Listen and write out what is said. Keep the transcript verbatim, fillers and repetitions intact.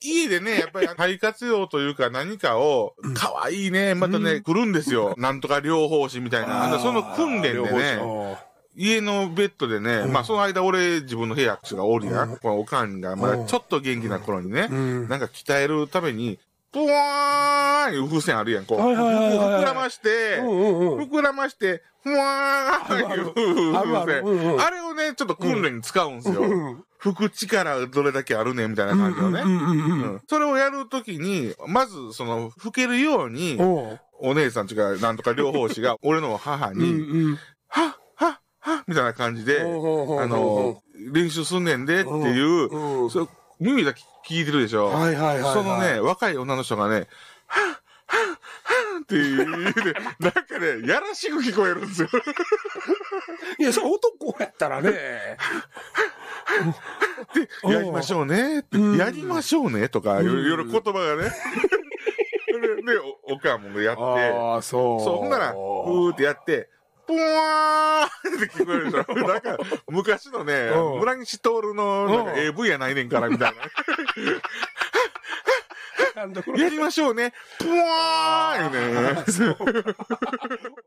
家でね、やっぱり肺活用というか何かを、かわいいね、またね、うん、来るんですよ。なんとか療法士みたいな。その訓練でね、家のベッドでね、うん、まあその間俺自分の部屋がおるや、うん、このおかんがまだちょっと元気な頃にね、うん、なんか鍛えるために、ぷわーんいう風船あるやん、こう。はいはいはいはい、膨らまして、うんうんうん、膨らまして、ふわーんいう風船。あれをね、ちょっと訓練に使うんですよ。うん、吹く力どれだけあるねみたいな感じのね。それをやるときに、まずその吹けるように、お姉さんとかなんとか療法士が俺の母に、うんうん、はっはっはっみたいな感じで、あの、練習すんねんでっていう、そ耳だけ聞いてるでしょ。はいはいはい、はい。そのね、若い女の人がね、はっはっはっっていう、ね、なんかね、やらしく聞こえるんですよ。 いや、それ男やったらね。 で、やりましょうねって、やりましょうねとか、いろいろ言葉がね。で、おかんもやって、ああ、そう。そう、ほんなら、ふーってやって、ぽわーって聞こえるでしょ。なんか、昔のね、村西徹のなんか エーブイ やないねんから、みたいな。やりましょうね。ぽわーよね。